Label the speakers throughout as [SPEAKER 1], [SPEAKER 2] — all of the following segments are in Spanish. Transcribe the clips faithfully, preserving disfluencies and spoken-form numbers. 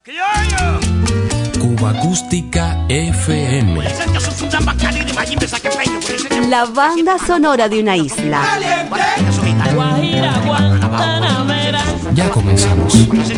[SPEAKER 1] Cuba Acústica F M.
[SPEAKER 2] La banda sonora de una isla.
[SPEAKER 1] Ya comenzamos.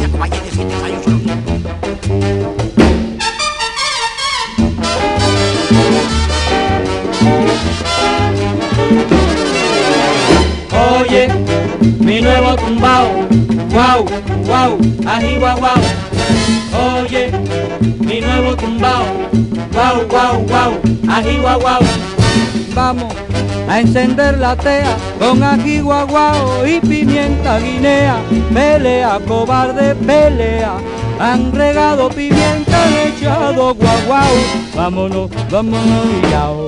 [SPEAKER 3] Oye, mi nuevo tumbao, guau, guau, ají, guau, guau. Oye, mi nuevo tumbao, guau, guau, guau, ají, guau, guau.
[SPEAKER 4] Vamos a encender la tea con ají, guau, guau y pimienta guinea. Pelea, cobarde, pelea. Han regado pimienta, han echado guau, guau. Vámonos, vámonos y yao.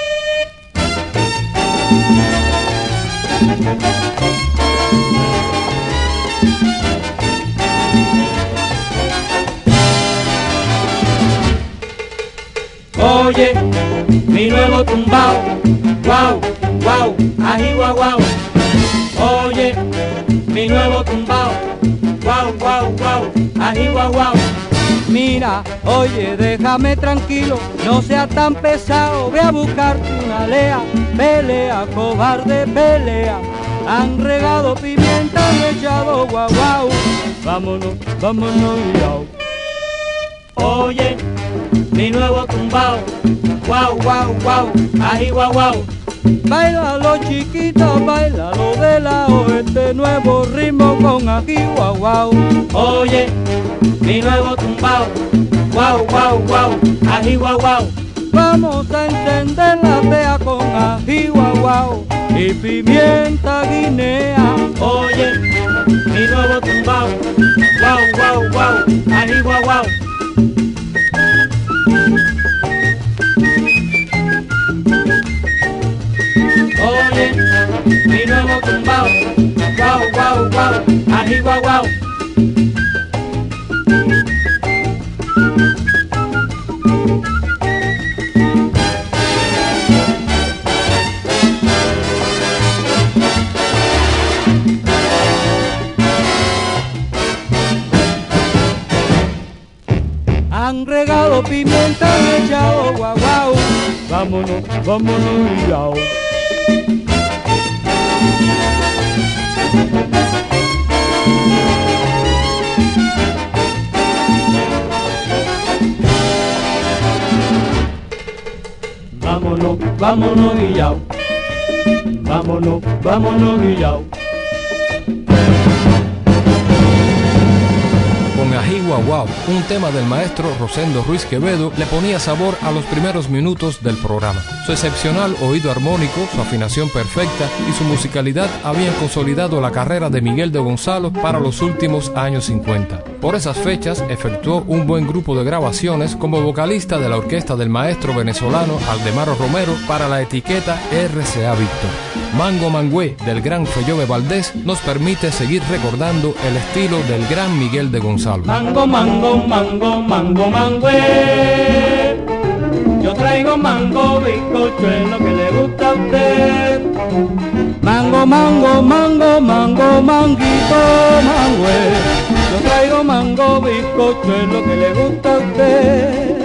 [SPEAKER 3] Oye, mi nuevo tumbao, guau, guau, ají, guau, guau. Oye, mi nuevo tumbao, guau, guau, guau, ají, guau, guau.
[SPEAKER 4] Mira, oye, déjame tranquilo, no seas tan pesado, ve a buscarte una lea. Pelea, cobarde, pelea. Han regado pimienta, han echado guau, guau. Vámonos, vámonos y yao.
[SPEAKER 3] Oye, mi nuevo tumbao, guau, guau, guau, ají, guau, guau.
[SPEAKER 4] Báilalo chiquita, báilalo de lado, este nuevo ritmo con ají, guau, guau.
[SPEAKER 3] Oye, mi nuevo tumbao, guau, guau, guau, ají, guau, guau.
[SPEAKER 4] Vamos a encender la tea con ají, guau, guau y pimienta guinea.
[SPEAKER 3] Oye, mi nuevo tumbao, guau, guau, guau, ají, guau, guau. Oye, mi nuevo tumbao, guau, guau, guau, ají, guau, guau.
[SPEAKER 4] Han regado pimienta, han echado guau, guau. Vámonos, vámonos y yao.
[SPEAKER 3] Vámonos, vámonos y yao. Vámonos, vámonos y yao.
[SPEAKER 1] Con Ají Guau Guau, un tema del maestro Rosendo Ruiz Quevedo, le ponía sabor a los primeros minutos del programa. Su excepcional oído armónico, su afinación perfecta y su musicalidad habían consolidado la carrera de Miguel de Gonzalo para los últimos años cincuenta. Por esas fechas efectuó un buen grupo de grabaciones como vocalista de la orquesta del maestro venezolano Aldemaro Romero para la etiqueta R C A Víctor. Mango Mangüé del gran Fellove Valdés nos permite seguir recordando el estilo del gran Miguel de Gonzalo.
[SPEAKER 3] Mango, mango, mango, mango, mangüe. Yo traigo mango, bizcochuelo que le gusta a usted.
[SPEAKER 4] Mango, mango, mango, mango, manguito, mangüe. Yo traigo mango, bizcochuelo que le gusta a usted.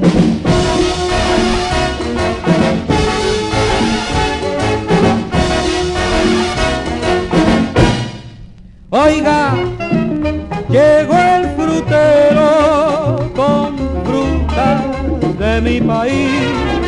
[SPEAKER 4] Oiga, llegó el frutero con frutas de mi país,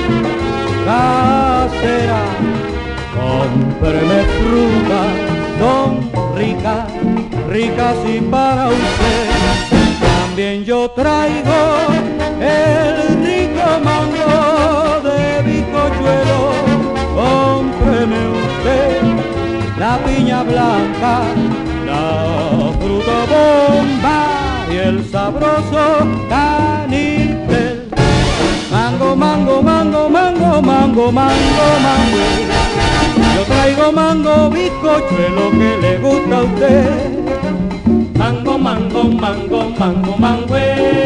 [SPEAKER 4] casera, cómpreme frutas, son ricas, ricas y para usted. También yo traigo el rico mango de bizcochuelo, cómpreme usted la piña blanca, la fruta bomba y el sabroso canítel. Mango, mango, mango, mango, mango, mango, mango. Yo traigo mango, bizcochuelo que le gusta a usted.
[SPEAKER 3] Mango, mango, mango, mango, mango.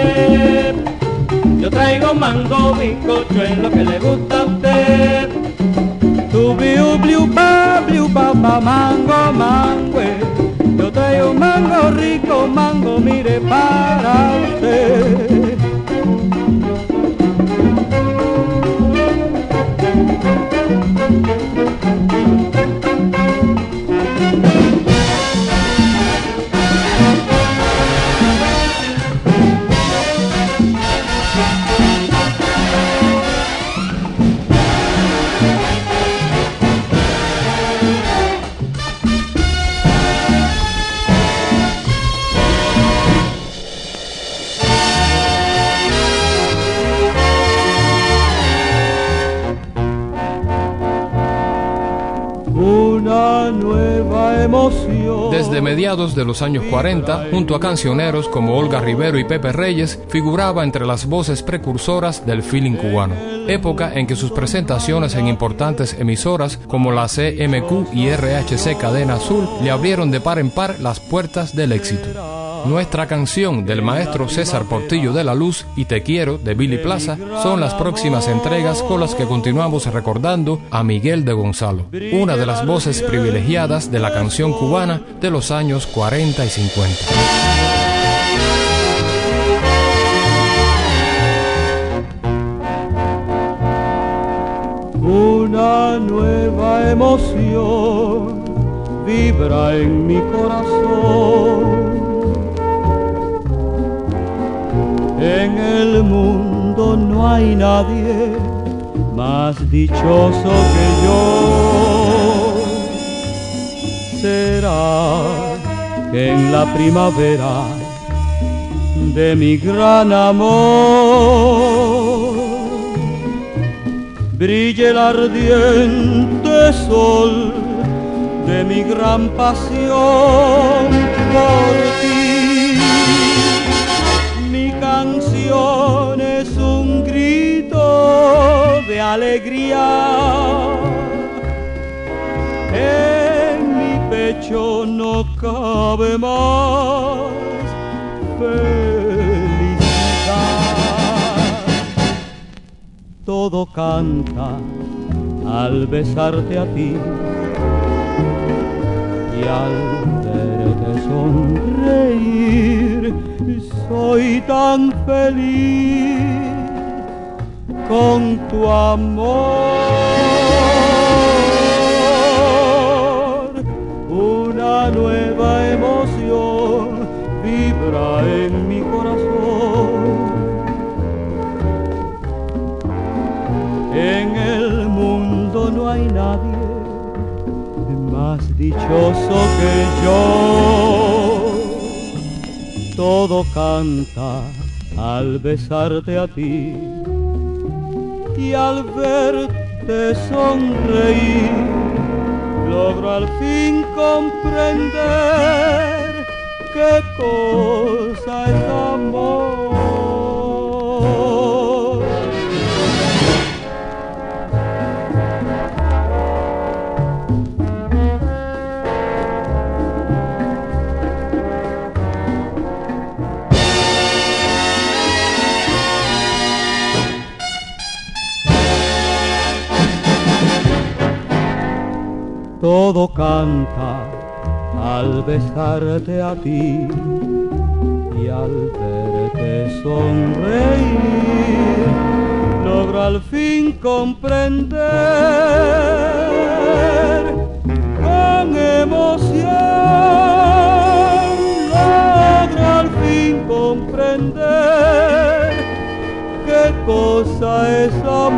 [SPEAKER 3] Yo traigo mango, bizcochuelo que le gusta a usted.
[SPEAKER 4] Tu biu, bliu, pa, bliu, pa, pa, mango, mango. Yo traigo mango rico, mango, mire para usted. emoción.
[SPEAKER 1] Desde mediados de los años cuarenta, junto a cancioneros como Olga Rivero y Pepe Reyes, figuraba entre las voces precursoras del feeling cubano, época en que sus presentaciones en importantes emisoras como la C M Q y R H C Cadena Azul le abrieron de par en par las puertas del éxito. Nuestra canción del maestro César Portillo de la Luz y Te Quiero de Billy Plaza son las próximas entregas con las que continuamos recordando a Miguel de Gonzalo, una de las voces privilegiadas de la canción cubana de los años cuarenta y cincuenta.
[SPEAKER 4] Una nueva emoción vibra en mi corazón. En el mundo no hay nadie más dichoso que yo. Será que en la primavera de mi gran amor brille el ardiente sol de mi gran pasión por ti. Mi canción es un grito de alegría. En mi pecho no cabe más felicidad. Todo canta al besarte a ti y al verte sonreír. Soy tan feliz con tu amor. Una nueva emoción vibra en mi corazón. En el mundo no hay nadie más dichoso que yo. Todo canta al besarte a ti y al verte sonreír. Logro al fin comprender qué cosa es amor. Todo canta al besarte a ti y al verte sonreír. Logro al fin comprender con emoción. Logro al fin comprender qué cosa es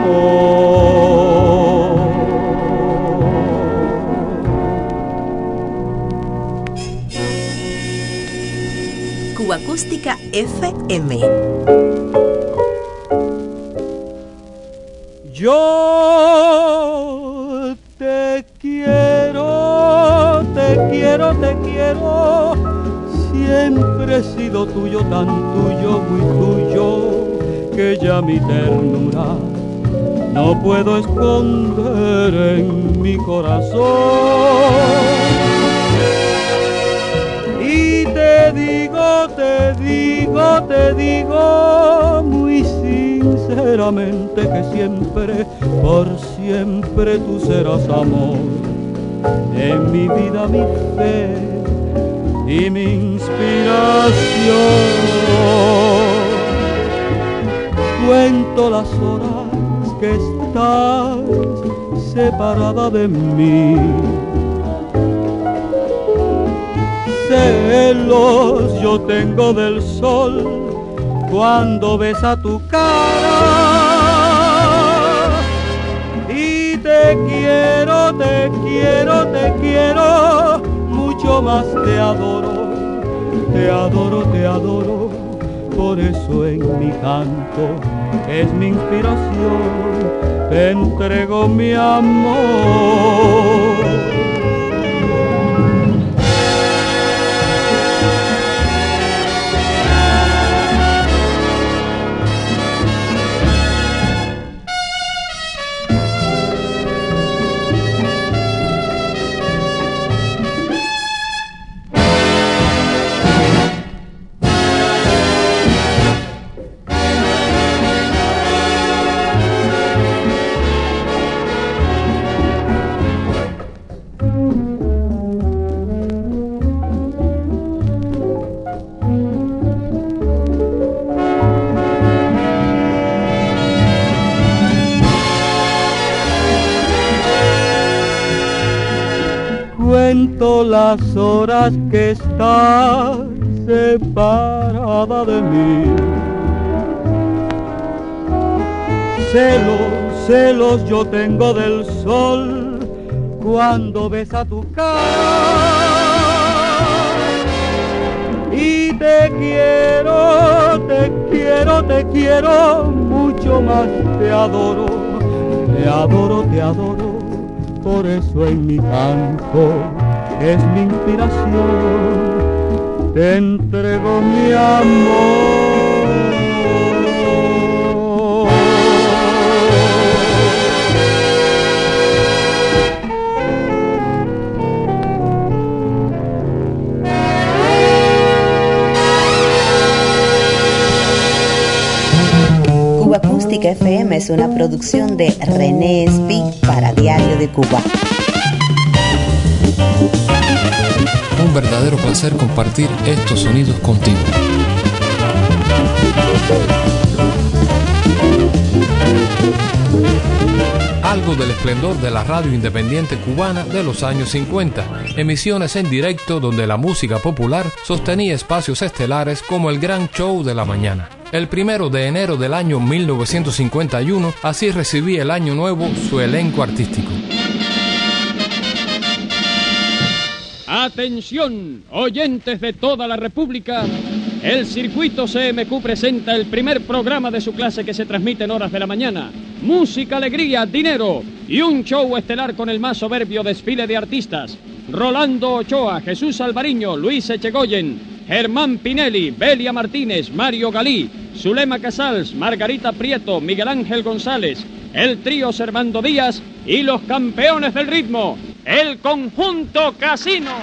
[SPEAKER 4] amor.
[SPEAKER 2] Acústica F M.
[SPEAKER 4] Yo te quiero, te quiero, te quiero. Siempre he sido tuyo, tan tuyo, muy tuyo, que ya mi ternura no puedo esconder en mi corazón. Te digo, te digo, te digo muy sinceramente que siempre, por siempre tú serás amor. En mi vida mi fe y mi inspiración. Cuento las horas que estás separada de mí. Celos yo tengo del sol cuando besa tu cara. Y te quiero, te quiero, te quiero, mucho más te adoro, te adoro, te adoro. Por eso en mi canto, que es mi inspiración, te entrego mi amor. cuento las horas que estás separada de mí. Celos, celos yo tengo del sol cuando besa tu cara. Y te quiero, te quiero, te quiero, mucho más te adoro, te adoro, te adoro, por eso en mi canto es mi inspiración, te entrego mi amor.
[SPEAKER 2] Cuba Acústica F M es una producción de René Espi para Diario de Cuba.
[SPEAKER 1] Un verdadero placer compartir estos sonidos contigo. Algo del esplendor de la radio independiente cubana de los años cincuenta. Emisiones en directo donde la música popular sostenía espacios estelares como el Gran Show de la Mañana. El primero de enero del año mil novecientos cincuenta y uno, así recibía el año nuevo su elenco artístico.
[SPEAKER 5] Atención, oyentes de toda la República. El Circuito C M Q presenta el primer programa de su clase que se transmite en horas de la mañana. Música, alegría, dinero y un show estelar con el más soberbio desfile de artistas. Rolando Ochoa, Jesús Alvariño, Luis Echegoyen, Germán Pinelli, Belia Martínez, Mario Galí, Zulema Casals, Margarita Prieto, Miguel Ángel González, el trío Servando Díaz y los campeones del ritmo, el conjunto Casino.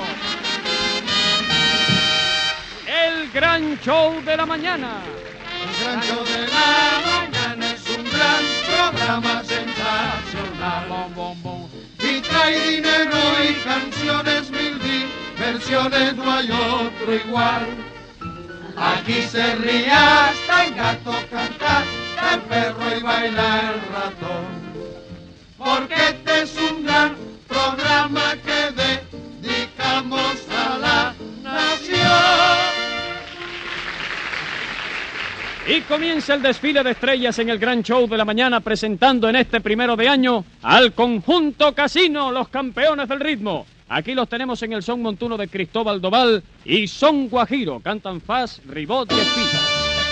[SPEAKER 5] El gran show de la mañana.
[SPEAKER 6] El gran show de la mañana es un gran programa sensacional. Bom, bom, bom. Y trae dinero y canciones mil diversiones, no hay otro igual. Aquí se ríe hasta el gato cantar, el perro y baila el ratón. Porque este es un gran programa que dedicamos a la nación.
[SPEAKER 5] Y comienza el desfile de estrellas en el gran show de la mañana, presentando en este primero de año al conjunto Casino, los campeones del ritmo. Aquí los tenemos en el son montuno de Cristóbal Doval y son guajiro. Cantan Faz, Ribot y Espina.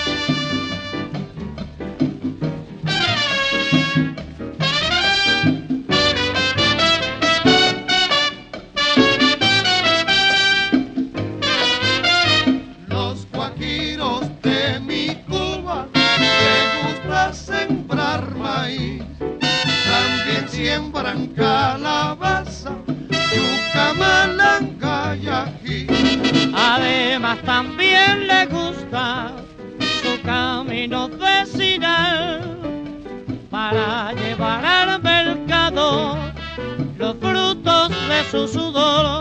[SPEAKER 6] Los guajiros de mi Cuba les gusta sembrar maíz, también siembran calabaza, yuca, malanga y ají.
[SPEAKER 7] Además también le gusta su camino vecinal para llevar al mercado los frutos de su sudor,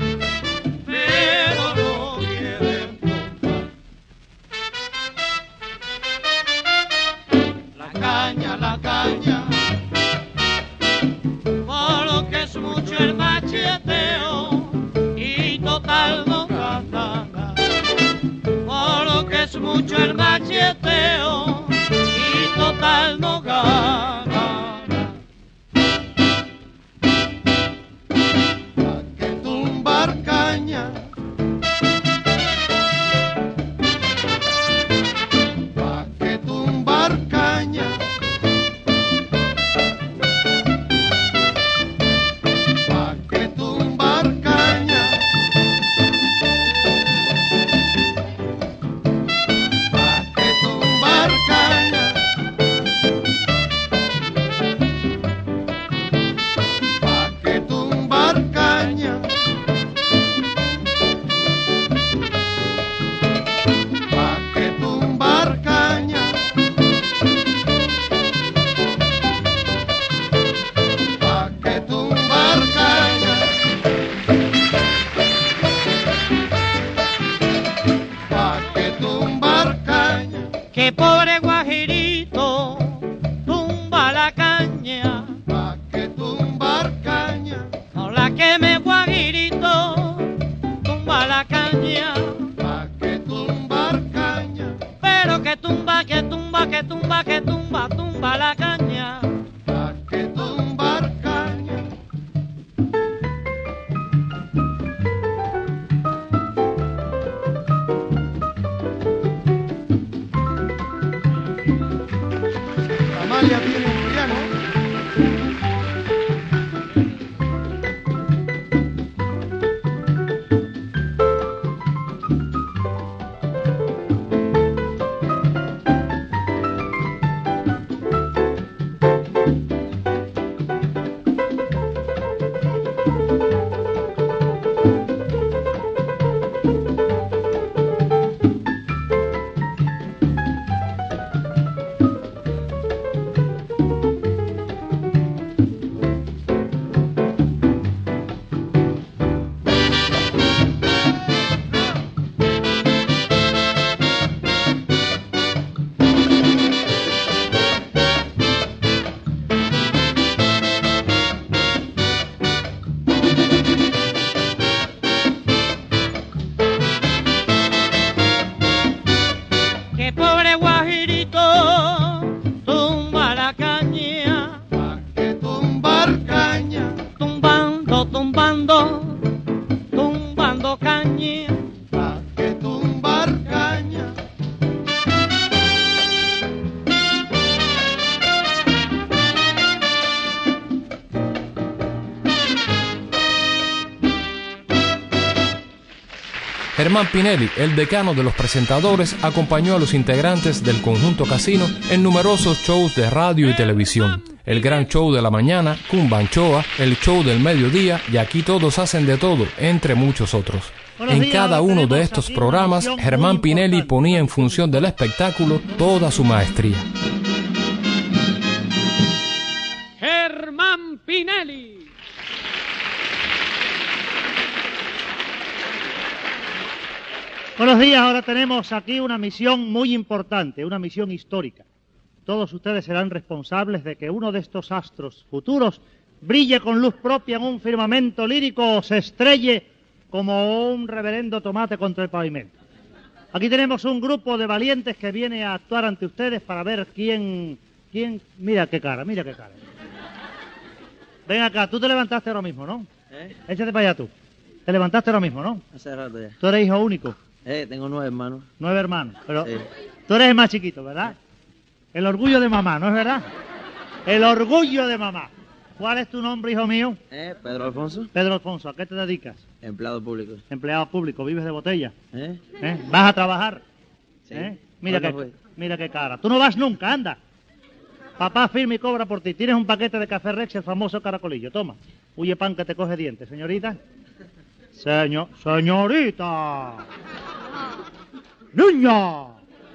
[SPEAKER 7] pero no quieren comprar la caña, la caña, por lo que es mucho el macheteo y total no gana, por lo que es mucho el macheteo y total no gana.
[SPEAKER 6] Pa' que tumbar caña, pa' que tumbar caña, pa' que tumbar caña, pa' que tumbar caña, pa' que tumbar caña, pa' que tumbar caña, pa' que tumbar caña, pa' que tumbar caña.
[SPEAKER 7] Que pobre guajirito tumba la caña,
[SPEAKER 6] Pa' que tumbar caña,
[SPEAKER 7] no la queme guajirito, que tumba, que tumba, que tumba, que tumba, tumba la caña.
[SPEAKER 6] Pa' que tumbar caña. Amalia tiene un piano.
[SPEAKER 1] Germán Pinelli, el decano de los presentadores, acompañó a los integrantes del conjunto Casino en numerosos shows de radio y televisión. El gran show de la mañana, Cumbanchoa, el show del mediodía y Aquí todos hacen de todo, entre muchos otros. En cada uno de estos programas, Germán Pinelli ponía en función del espectáculo toda su maestría.
[SPEAKER 5] Germán Pinelli.
[SPEAKER 8] Buenos días, ahora tenemos aquí una misión muy importante, una misión histórica. Todos ustedes serán responsables de que uno de estos astros futuros brille con luz propia en un firmamento lírico o se estrelle como un reverendo tomate contra el pavimento. Aquí tenemos un grupo de valientes que viene a actuar ante ustedes para ver quién... quién... Mira qué cara, mira qué cara. Ven acá, tú te levantaste ahora mismo, ¿no?
[SPEAKER 9] ¿Eh?
[SPEAKER 8] Échate para allá tú. Te levantaste ahora mismo, ¿no?
[SPEAKER 9] Hace rato ya.
[SPEAKER 8] Tú eres hijo único.
[SPEAKER 9] Eh, tengo nueve hermanos.
[SPEAKER 8] Nueve hermanos, pero
[SPEAKER 9] Sí.
[SPEAKER 8] tú eres el más chiquito, ¿verdad? El orgullo de mamá, ¿no es verdad? El orgullo de mamá. ¿Cuál es tu nombre, hijo mío?
[SPEAKER 9] Eh, Pedro Alfonso,
[SPEAKER 8] Pedro Alfonso, ¿a qué te dedicas?
[SPEAKER 9] empleado público.
[SPEAKER 8] Empleado público, vives de botella.
[SPEAKER 9] ¿Eh?
[SPEAKER 8] ¿Eh? ¿Vas a trabajar?
[SPEAKER 9] Sí.
[SPEAKER 8] ¿Eh? Mira,
[SPEAKER 9] Hoy no
[SPEAKER 8] qué,
[SPEAKER 9] voy.
[SPEAKER 8] mira qué cara. Tú no vas nunca, anda. Papá firma y cobra por ti. Tienes un paquete de café Rex, el famoso caracolillo. Toma. Huye pan que te coge dientes. Señorita. Señor, señorita. Niña.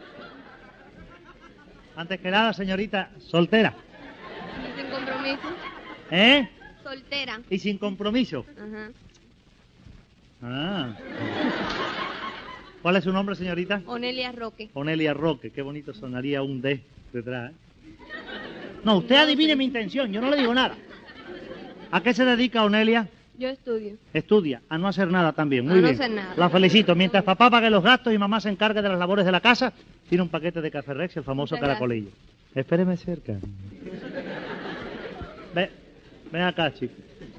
[SPEAKER 8] Antes que nada, señorita, soltera.
[SPEAKER 10] Y sin compromiso.
[SPEAKER 8] ¿Eh?
[SPEAKER 10] Soltera.
[SPEAKER 8] Y sin compromiso.
[SPEAKER 10] Ajá.
[SPEAKER 8] Ah. ¿Cuál es su nombre, señorita?
[SPEAKER 10] Onelia Roque.
[SPEAKER 8] Onelia Roque. Qué bonito sonaría un D detrás, ¿eh? No, usted
[SPEAKER 10] No,
[SPEAKER 8] adivine
[SPEAKER 10] sí.
[SPEAKER 8] mi intención, yo no le digo nada. ¿A qué se dedica Onelia?
[SPEAKER 10] Yo estudio.
[SPEAKER 8] Estudia, a no hacer nada también, muy
[SPEAKER 10] A no
[SPEAKER 8] bien.
[SPEAKER 10] hacer nada.
[SPEAKER 8] La felicito. Mientras papá pague los gastos y mamá se encargue de las labores de la casa, tiene un paquete de café Rex, el famoso
[SPEAKER 10] Muchas
[SPEAKER 8] caracolillo. Espéreme cerca. Ve, ven acá, chico.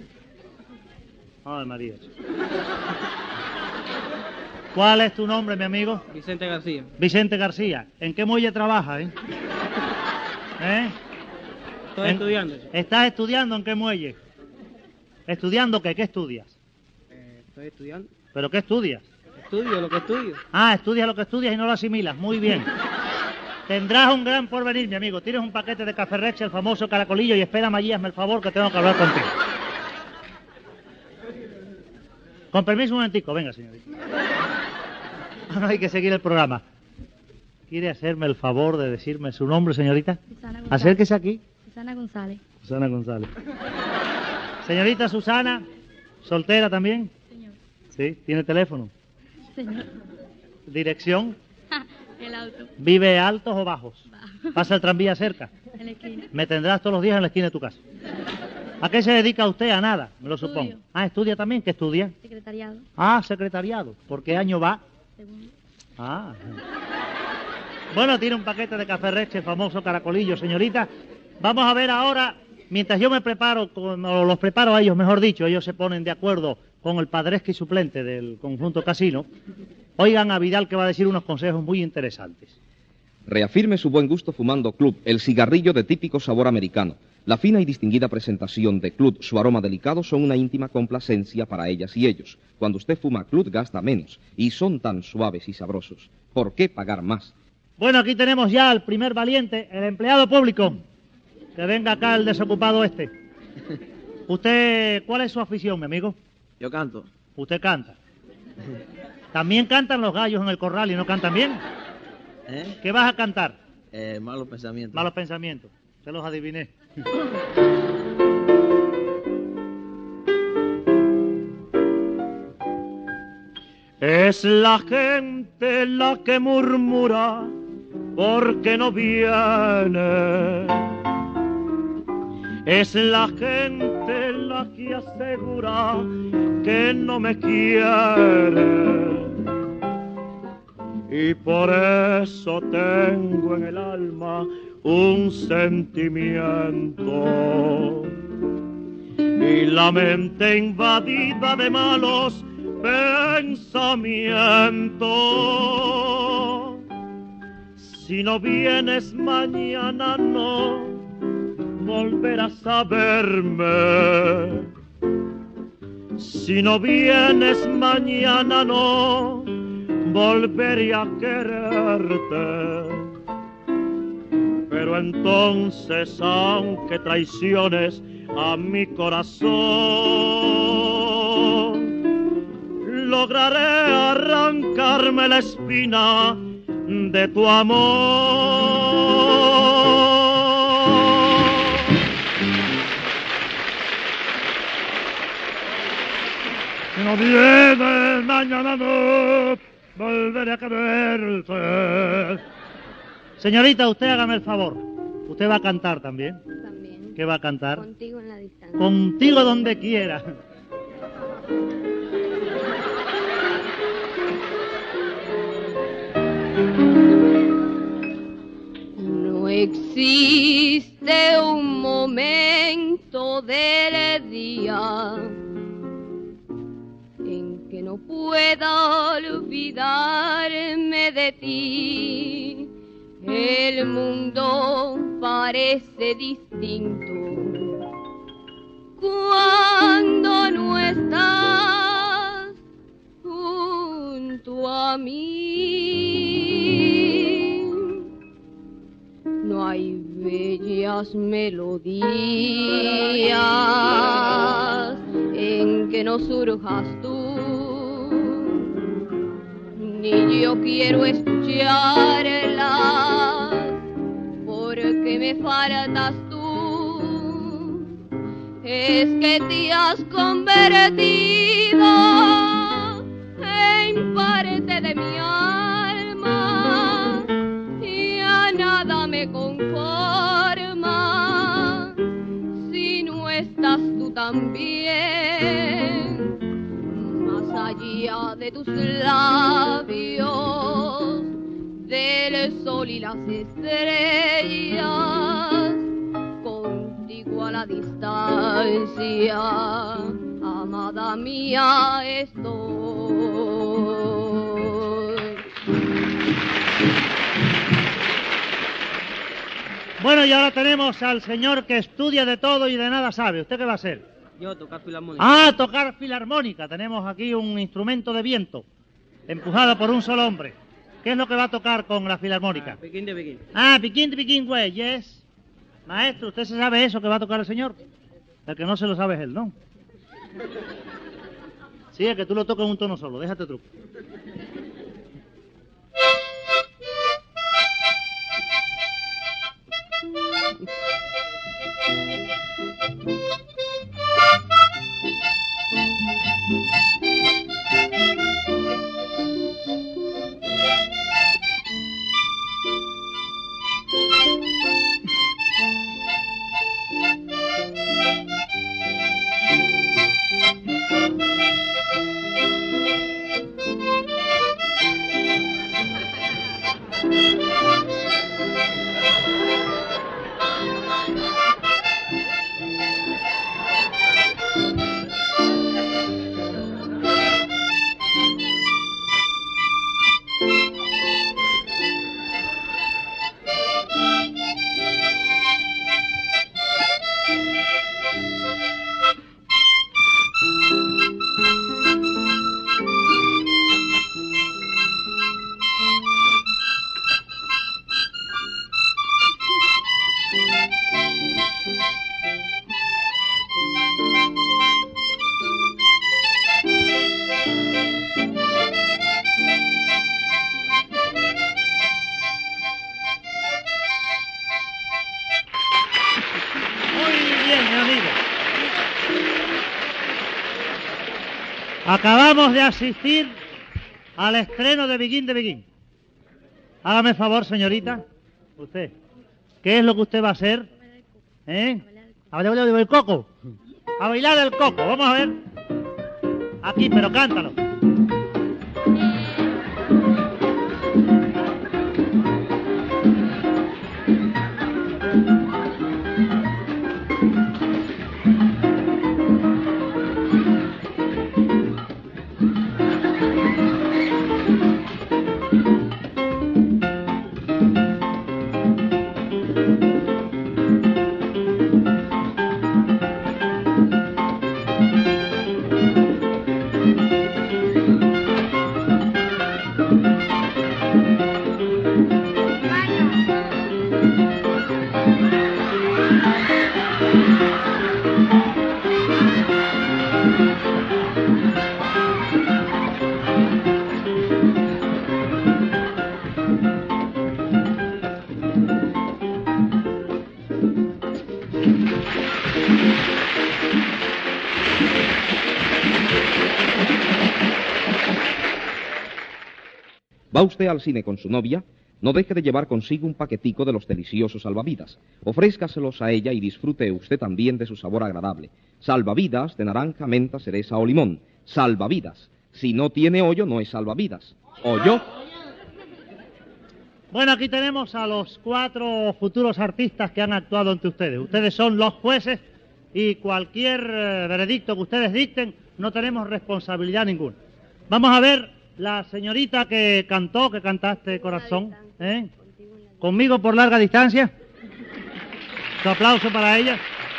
[SPEAKER 8] Ay, María. ¿Cuál es tu nombre, mi amigo?
[SPEAKER 11] Vicente García.
[SPEAKER 8] Vicente García. ¿En qué muelle trabaja, eh? ¿Eh?
[SPEAKER 11] Estoy
[SPEAKER 8] En-
[SPEAKER 11] estudiando.
[SPEAKER 8] ¿Estás estudiando en qué muelle? ¿Estudiando qué? ¿Qué estudias?
[SPEAKER 11] Eh, estoy estudiando.
[SPEAKER 8] ¿Pero qué estudias?
[SPEAKER 11] Estudio lo que estudio.
[SPEAKER 8] Ah, estudias lo que estudias y no lo asimilas. Muy bien. Tendrás un gran porvenir, mi amigo. Tienes un paquete de café Rex, el famoso caracolillo, y espérame allí, hazme el favor que tengo que hablar contigo. Con permiso un momentico. Venga, señorita. No hay que seguir el programa. ¿Quiere hacerme el favor de decirme su nombre, señorita?
[SPEAKER 10] Susana González.
[SPEAKER 8] Acérquese aquí.
[SPEAKER 10] Susana González.
[SPEAKER 8] Susana González. Señorita Susana, ¿soltera también?
[SPEAKER 10] Señor.
[SPEAKER 8] Sí. ¿Tiene teléfono?
[SPEAKER 10] Señor.
[SPEAKER 8] ¿Dirección?
[SPEAKER 10] El auto.
[SPEAKER 8] ¿Vive altos o bajos?
[SPEAKER 10] Bajo.
[SPEAKER 8] ¿Pasa el tranvía cerca?
[SPEAKER 10] En la esquina.
[SPEAKER 8] Me tendrás todos los días en la esquina de tu casa. ¿A qué se dedica usted? A nada, me lo
[SPEAKER 10] Estudio.
[SPEAKER 8] supongo. Ah, ¿estudia también? ¿Qué estudia?
[SPEAKER 10] Secretariado.
[SPEAKER 8] Ah, secretariado. ¿Por qué año va?
[SPEAKER 10] Segundo.
[SPEAKER 8] Ah. Bueno, tiene un paquete de café Reche, famoso caracolillo, señorita. Vamos a ver ahora, mientras yo me preparo, con, o los preparo a ellos, mejor dicho, ellos se ponen de acuerdo con el padresque suplente del conjunto Casino. Oigan a Vidal, que va a decir unos consejos muy interesantes.
[SPEAKER 12] Reafirme su buen gusto fumando Club, el cigarrillo de típico sabor americano. La fina y distinguida presentación de Club, su aroma delicado, son una íntima complacencia para ellas y ellos. Cuando usted fuma Club gasta menos y son tan suaves y sabrosos. ¿Por qué pagar más?
[SPEAKER 8] Bueno, aquí tenemos ya al primer valiente, el empleado público. Que venga acá el desocupado este. ¿Usted, cuál es su afición, mi amigo?
[SPEAKER 9] Yo canto.
[SPEAKER 8] ¿Usted canta? ¿También cantan los gallos en el corral y no cantan bien?
[SPEAKER 9] ¿Eh?
[SPEAKER 8] ¿Qué vas a cantar?
[SPEAKER 9] Eh, malos pensamientos.
[SPEAKER 8] Malos pensamientos. Se los adiviné.
[SPEAKER 13] Es la gente la que murmura porque no viene. Es la gente la que asegura que no me quiere. Y por eso tengo en el alma un sentimiento y la mente invadida de malos pensamientos. Si no vienes mañana no volverás a verme. Si no vienes mañana no volveré a quererte. Pero entonces, aunque traiciones a mi corazón, lograré arrancarme la espina de tu amor. Si no vienes mañana no volveré a quererte.
[SPEAKER 8] Señorita, usted hágame el favor. Usted va a cantar también.
[SPEAKER 10] También.
[SPEAKER 8] ¿Qué va a cantar?
[SPEAKER 10] Contigo en la distancia.
[SPEAKER 8] Contigo donde quiera.
[SPEAKER 10] No existe un momento del día en que no pueda olvidarme de ti. El mundo parece distinto cuando no estás junto a mí. No hay bellas melodías en que no surjas tú, ni yo quiero escucharlas porque me faltas tú. Es que te has convertido en parte de mi alma y a nada me conforma si no estás tú también. Más allá de tus labios, del sol y las estrellas, contigo a la distancia, amada mía estoy.
[SPEAKER 8] Bueno, y ahora tenemos al señor que estudia de todo y de nada sabe. ¿Usted qué va a hacer?
[SPEAKER 11] Yo, tocar filarmónica.
[SPEAKER 8] Ah, tocar filarmónica. Tenemos aquí un instrumento de viento, empujado por un solo hombre. ¿Qué es lo que va a tocar con la filarmónica?
[SPEAKER 11] Ah, Pekín de Pekín.
[SPEAKER 8] Ah, Pekín de Pekín, güey, yes. Maestro, ¿usted se sabe eso que va a tocar el señor? El que no se lo sabe es él, ¿no? Sí, es que tú lo tocas en un tono solo, déjate truco. Acabamos de asistir al estreno de Begin de Begin. Hágame favor, señorita. Usted. ¿Qué es lo que usted va a hacer? ¿Eh? A bailar el coco. A bailar el coco. Vamos a ver. Aquí, pero cántalo.
[SPEAKER 12] ¿Va usted al cine con su novia? No deje de llevar consigo un paquetico de los deliciosos salvavidas. Ofrézcaselos a ella y disfrute usted también de su sabor agradable. Salvavidas de naranja, menta, cereza o limón. Salvavidas. Si no tiene hoyo, no es salvavidas. ¿Hoyo?
[SPEAKER 8] Bueno, aquí tenemos a los cuatro futuros artistas que han actuado ante ustedes. Ustedes son los jueces y cualquier eh, veredicto que ustedes dicten, no tenemos responsabilidad ninguna. Vamos a ver la señorita que cantó, que cantaste, corazón, ¿eh? Conmigo por larga distancia. Su aplauso para ella.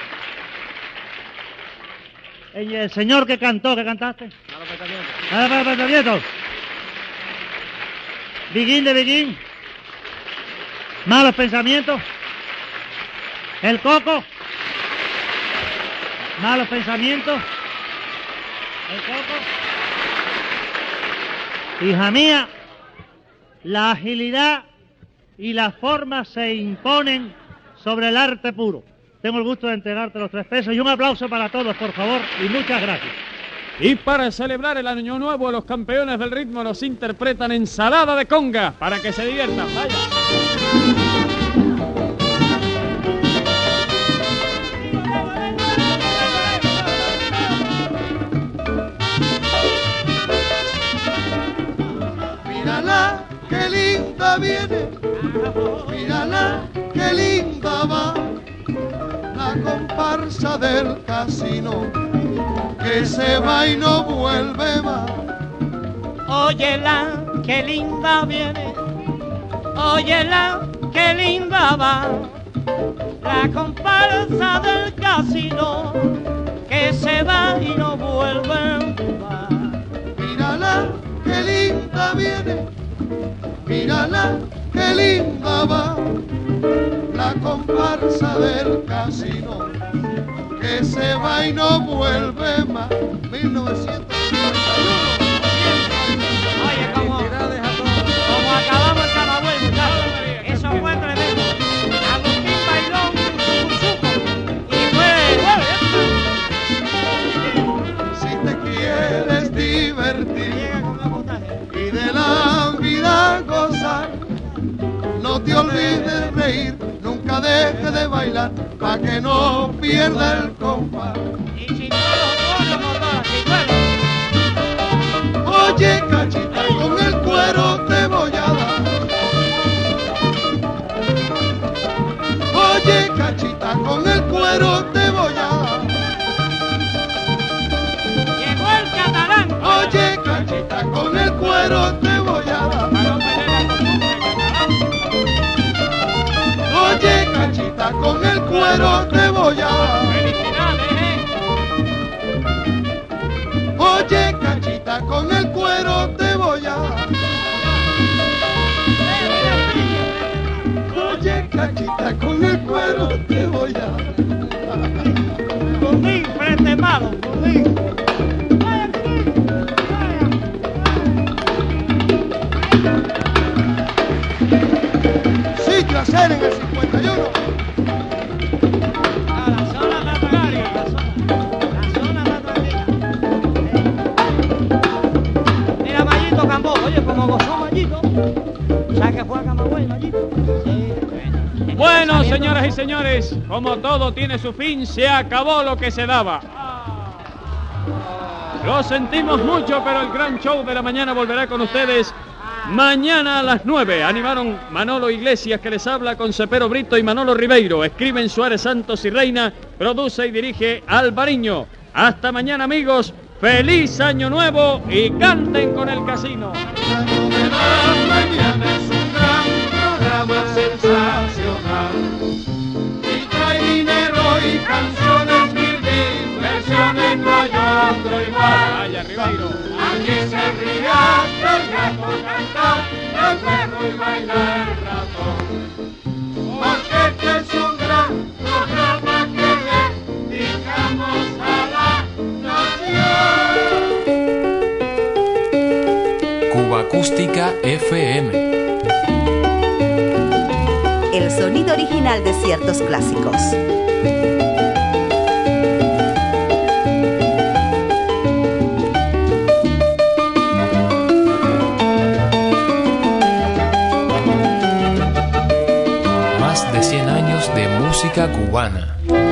[SPEAKER 8] El señor que cantó, que cantaste.
[SPEAKER 11] Malos pensamientos.
[SPEAKER 8] Malos pensamientos. Begin de Begin. Malos pensamientos. El coco. Malos pensamientos. El coco. Hija mía, la agilidad y la forma se imponen sobre el arte puro. Tengo el gusto de entregarte los tres pesos y un aplauso para todos, por favor, y muchas gracias.
[SPEAKER 5] Y para celebrar el año nuevo, los campeones del ritmo nos interpretan Ensalada de Conga, para que se diviertan. Vaya.
[SPEAKER 6] Mírala, qué linda viene, mírala, qué linda va, la comparsa del casino, que se va y no vuelve más.
[SPEAKER 7] Óyela, qué linda viene, óyela, qué linda va, la comparsa del casino, que se va y no vuelve más.
[SPEAKER 6] Mírala, qué linda viene, mírala, qué linda va, la comparsa del casino, que se va y no vuelve más. mil novecientos cincuenta y uno.
[SPEAKER 7] Oye, como, como acabamos el Camagüey, muchachos, eso fue tremendo. Agustín bailó un suco y fue...
[SPEAKER 6] Si te quieres divertir y de la vida gozar, no te olvides reír, nunca dejes de bailar, pa' que no pierda el compás.
[SPEAKER 7] Y chinuelo, mono, motor, chinuelo.
[SPEAKER 6] Oye, cachita, con el cuero te voy a dar. Oye, cachita, con el cuero te voy a dar.
[SPEAKER 7] Llegó el catalán.
[SPEAKER 6] Oye, cachita, con el cuero te voy a dar. Oye, cachita, con el cuero te voy a dar.
[SPEAKER 7] Felicidades, eh.
[SPEAKER 6] Oye, cachita, con el cuero te voy a dar. Oye, muchachita, con el cuero te voy a...
[SPEAKER 14] Fundín, frente malo, Fundín.
[SPEAKER 6] Sitio a hacer en el cincuenta y uno.
[SPEAKER 14] A la zona Tatacaria, la zona, la zona Tatacaria. Mira Mayito Cambó, oye, como gozó Mayito. ¿Sabes que fue a Camagüey, Mayito? Sí, bueno.
[SPEAKER 5] Bueno, señoras y señores, como todo tiene su fin, se acabó lo que se daba. Lo sentimos mucho, pero el gran show de la mañana volverá con ustedes mañana a las nueve. Animaron Manolo Iglesias, que les habla, con Cepero Brito y Manolo Ribeiro. Escriben Suárez Santos y Reina, produce y dirige Alvariño. Hasta mañana, amigos. ¡Feliz Año Nuevo! Y canten con el casino.
[SPEAKER 6] Mañana es un gran programa sensacional y trae dinero y canciones mil diversiones, no hay otro igual.
[SPEAKER 5] Vaya, Ribeiro.
[SPEAKER 6] Aquí se ríe hasta el gato cantar, el perro y baila el ratón, porque este es un gran programa que dedicamos a la nación.
[SPEAKER 1] Cuba Acústica F M.
[SPEAKER 2] El sonido original de ciertos clásicos.
[SPEAKER 1] Más de cien años de música cubana.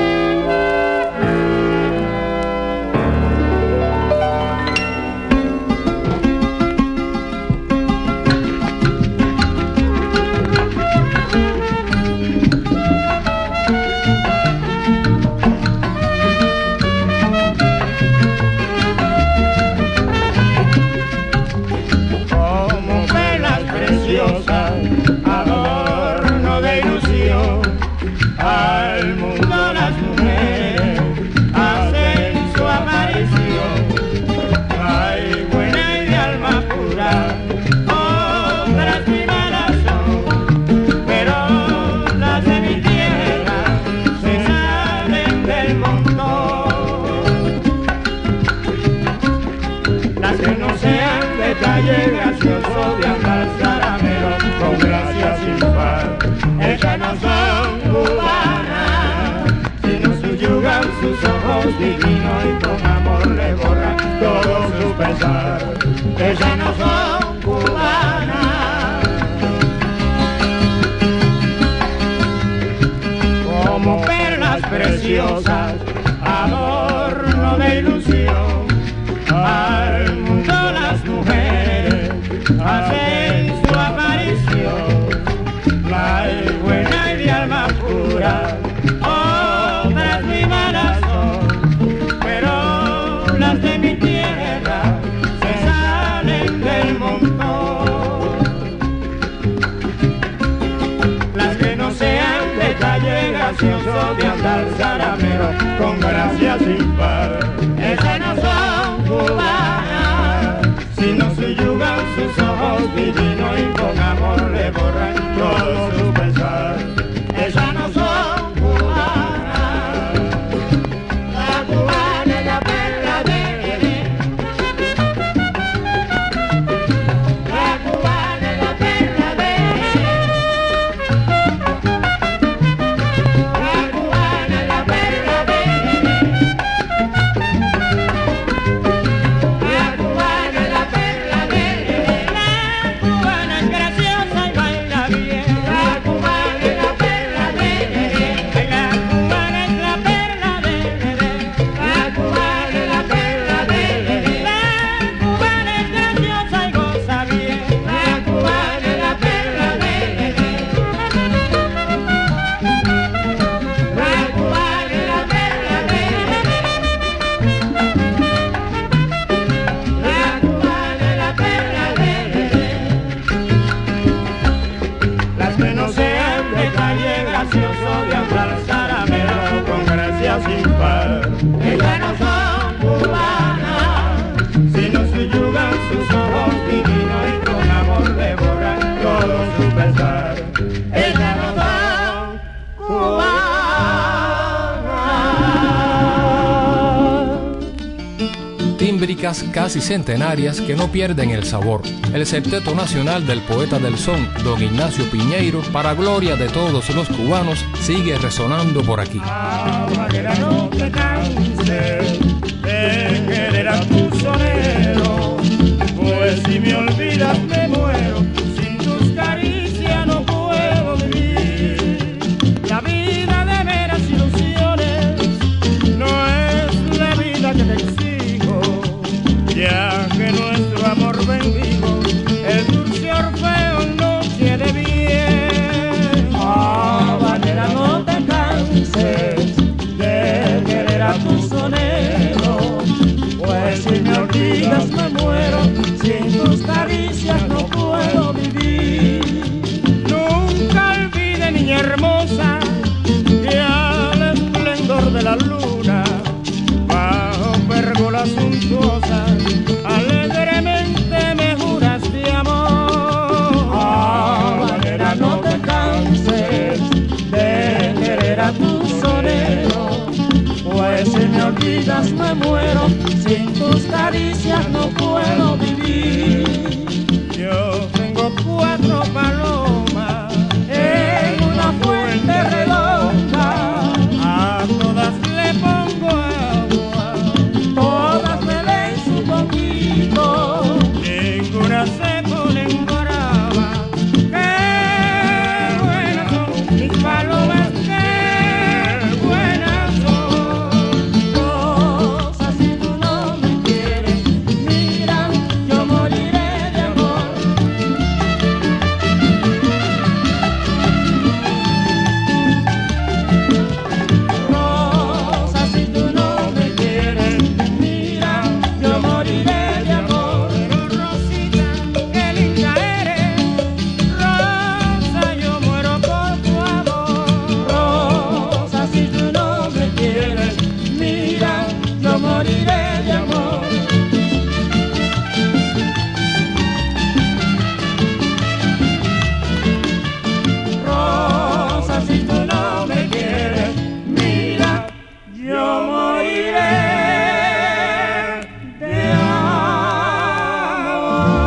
[SPEAKER 13] Adorno de ilusión, al mundo las mujeres hacen su aparición. Hay buena y de alma pura, otras privadas son, pero las de mi tierra se salen del montón. Las que no sean de talle gracioso de andar zaramero, con gracia sin par, ellas no son cubanas, sino subyugan sus ojos divinos y con amor le borran todo su pesar. Ellas no son cubanas. Como perlas preciosas, adorno de ilusión, al mundo las mujeres hacen su aparición. La buena y de alma pura, otras mi malas son, pero las de mi tierra se salen del montón. Las que no sean de talle gracioso de andar zaramero, con gracia sin par, esas no son cubanas, sino subyugan sus ojos divinos y con amor le borran todo su pesar. Esas no son cubanas. La cubana es la perla verde, la cubana es la perla verde, la cubana es la perla verde, la cubana es la perla verde, la cubana es graciosa y baila bien, la cubana es la perla verde, la cubana es la perla verde, la cubana es la perla verde, la cubana es graciosa y goza bien, la cubana es la perla verde, la cubana es la perla verde, la cubana es la perla verde. Las que no sean de calle gracioso de andar zaramero, con gracia sin par, ellas no son cubanas, sino subyugan sus ojos divinos y con amor devoran todo su pesar. Ellas no son
[SPEAKER 1] tímbricas casi centenarias que no pierden el sabor. El septeto nacional del poeta del son, don Ignacio Piñeiro, para gloria de todos los cubanos, sigue resonando por aquí.
[SPEAKER 13] Habanera, no te canses de querer a tu sonero, pues si me olvidas me muero, sin tus caricias no puedo vivir. La vida de veras ilusiones no es la vida que te exijo, ya que nuestro amor bendijo el dulce Orfeo noche de bien. Habanera, no te canses de querer a tu sonero, pues si me olvidas me muero, sin tus caricias no puedo vivir. Nunca olvide, niña hermosa, que al esplendor de la luna, bajo pérgolas suntuosas, alegremente me juraste amor. Habanera, no te canses de querer a tu sonero, pues si me olvidas me muero, sin tus caricias no puedo vivir. Yo tengo cuatro palomas en una fuente redonda, a todas le pongo agua, todas beben su poquito, ninguna se pone en brava. Qué buenas son mis palomas, qué buenas son. Rosa, si tú no me quieres, mira, yo moriré de amor. Rosa, si tú no me quieres, mira, yo moriré de amor. Pero Rosita, qué linda eres, Rosa, yo muero por tu amor. Rosa, si tú no me quieres, mira, yo moriré de amor. Rosa, si tú no me quieres, mira, yo moriré de amor.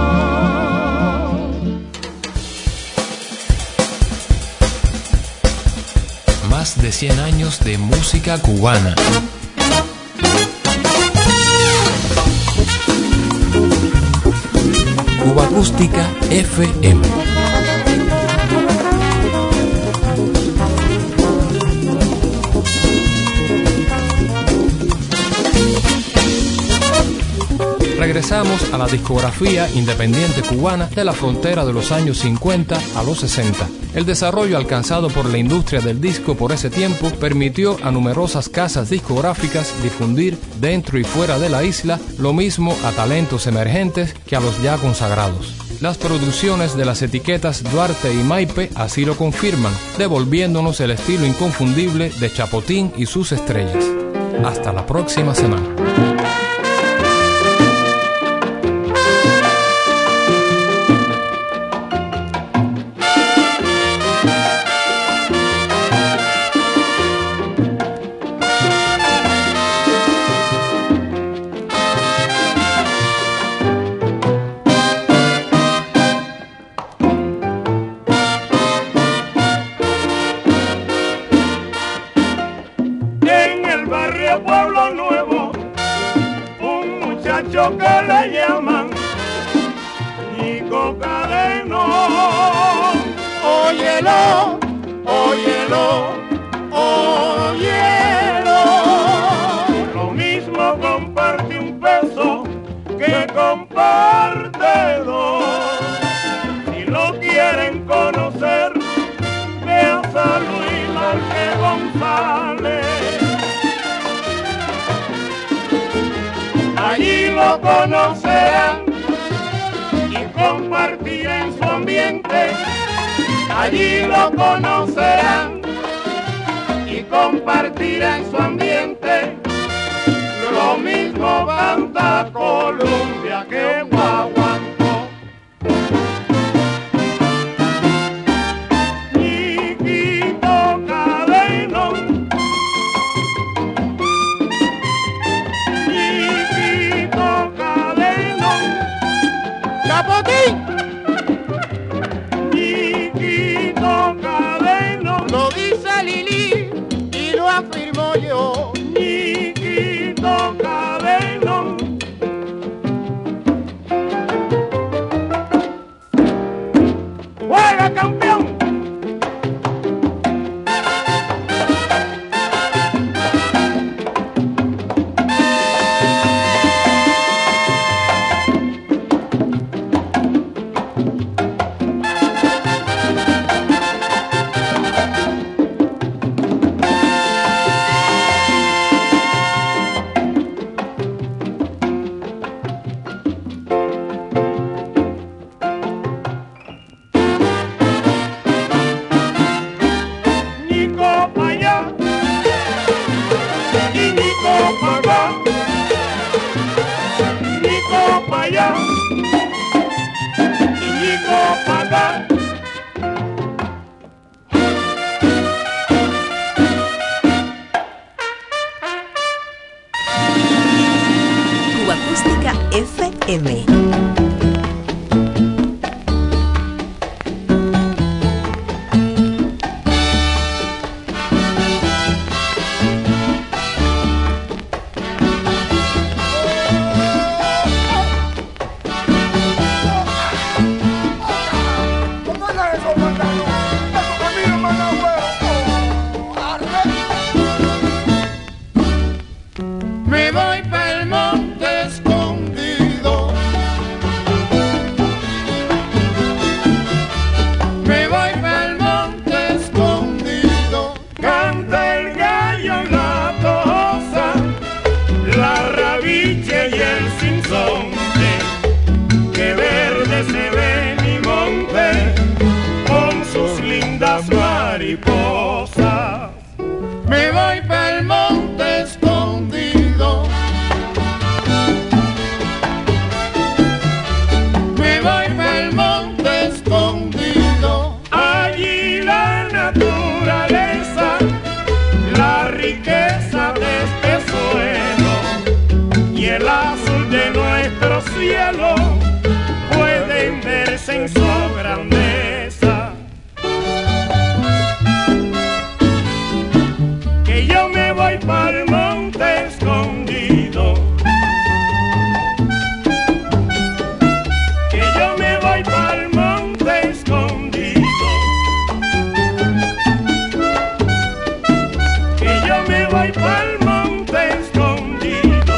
[SPEAKER 1] Más de cien años de música cubana. Cuba Acústica F M. Regresamos a la discografía independiente cubana de la frontera de los años cincuenta a los sesenta. El desarrollo alcanzado por la industria del disco por ese tiempo permitió a numerosas casas discográficas difundir dentro y fuera de la isla lo mismo a talentos emergentes que a los ya consagrados. Las producciones de las etiquetas Duarte y Maipe así lo confirman, devolviéndonos el estilo inconfundible de Chapotín y sus estrellas. Hasta la próxima semana.
[SPEAKER 13] En el barrio Pueblo Nuevo, un muchacho que le llaman Nico Cadeno. Óyelo, óyelo, óyelo. Lo mismo comparte un peso que comparte dos. Si lo quieren conocer, ve a San Luis Marque González. Allí lo conocerán y compartirán su ambiente. Allí lo conocerán y compartirán su ambiente. Lo mismo canta Colombia que Guaguancó. Niquito Cadeno, Niquito
[SPEAKER 2] M.
[SPEAKER 6] Me voy pa'l monte escondido. Me voy pa'l monte escondido. Canta el gallo en la tosa, la rabiche y el sinsonte. Que verde se ve mi monte con sus lindas mariposas. Me voy pa'l monte escondido. Me voy pa'l monte escondido. Allí la naturaleza, la riqueza de este suelo y el azul de nuestro cielo pueden verse en su grandeza. Que yo me voy pa'l monte escondido. Que yo me voy pa'l monte escondido. Que yo me voy pa'l monte escondido.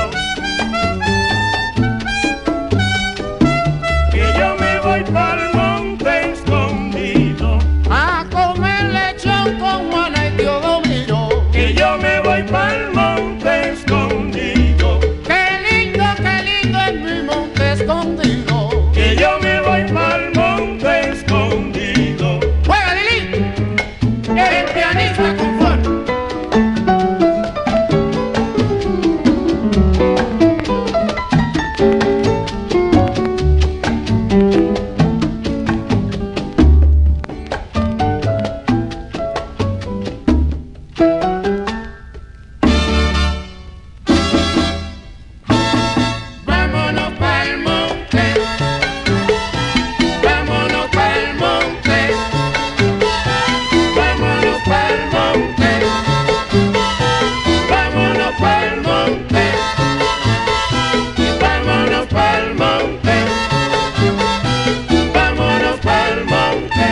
[SPEAKER 6] Que yo me voy pa'l monte escondido. A comer lechón con Juana y Teodomiro. Que yo me voy pa'l monte escondido. Qué lindo, qué lindo es mi monte escondido. Que yo me voy pa'l monte escondido. ¡Juega, Lili! El pianista con fuerza. Vámonos pa'l monte. Vámonos pa'l monte. Vámonos pa'l monte. Vámonos pa'l monte. Vámonos pa'l monte. Vámonos pa'l monte.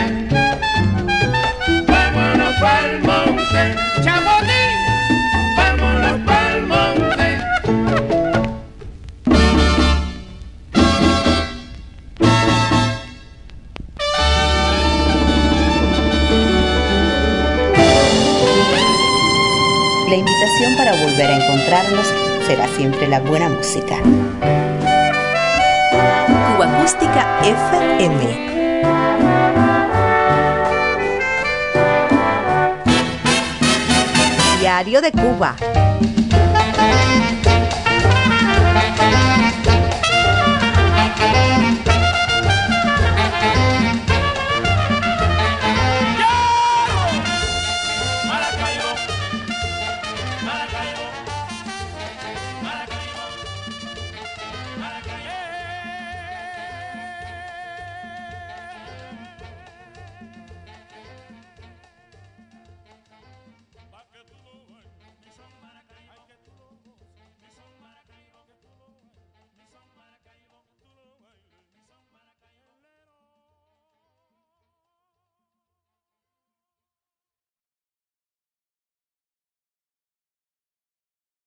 [SPEAKER 6] Vámonos pa'l monte. Chapotín. Vámonos pa'l monte.
[SPEAKER 2] La invitación para volver a encontrarnos será siempre la buena música. Cuba Acústica F M. Diario de Cuba.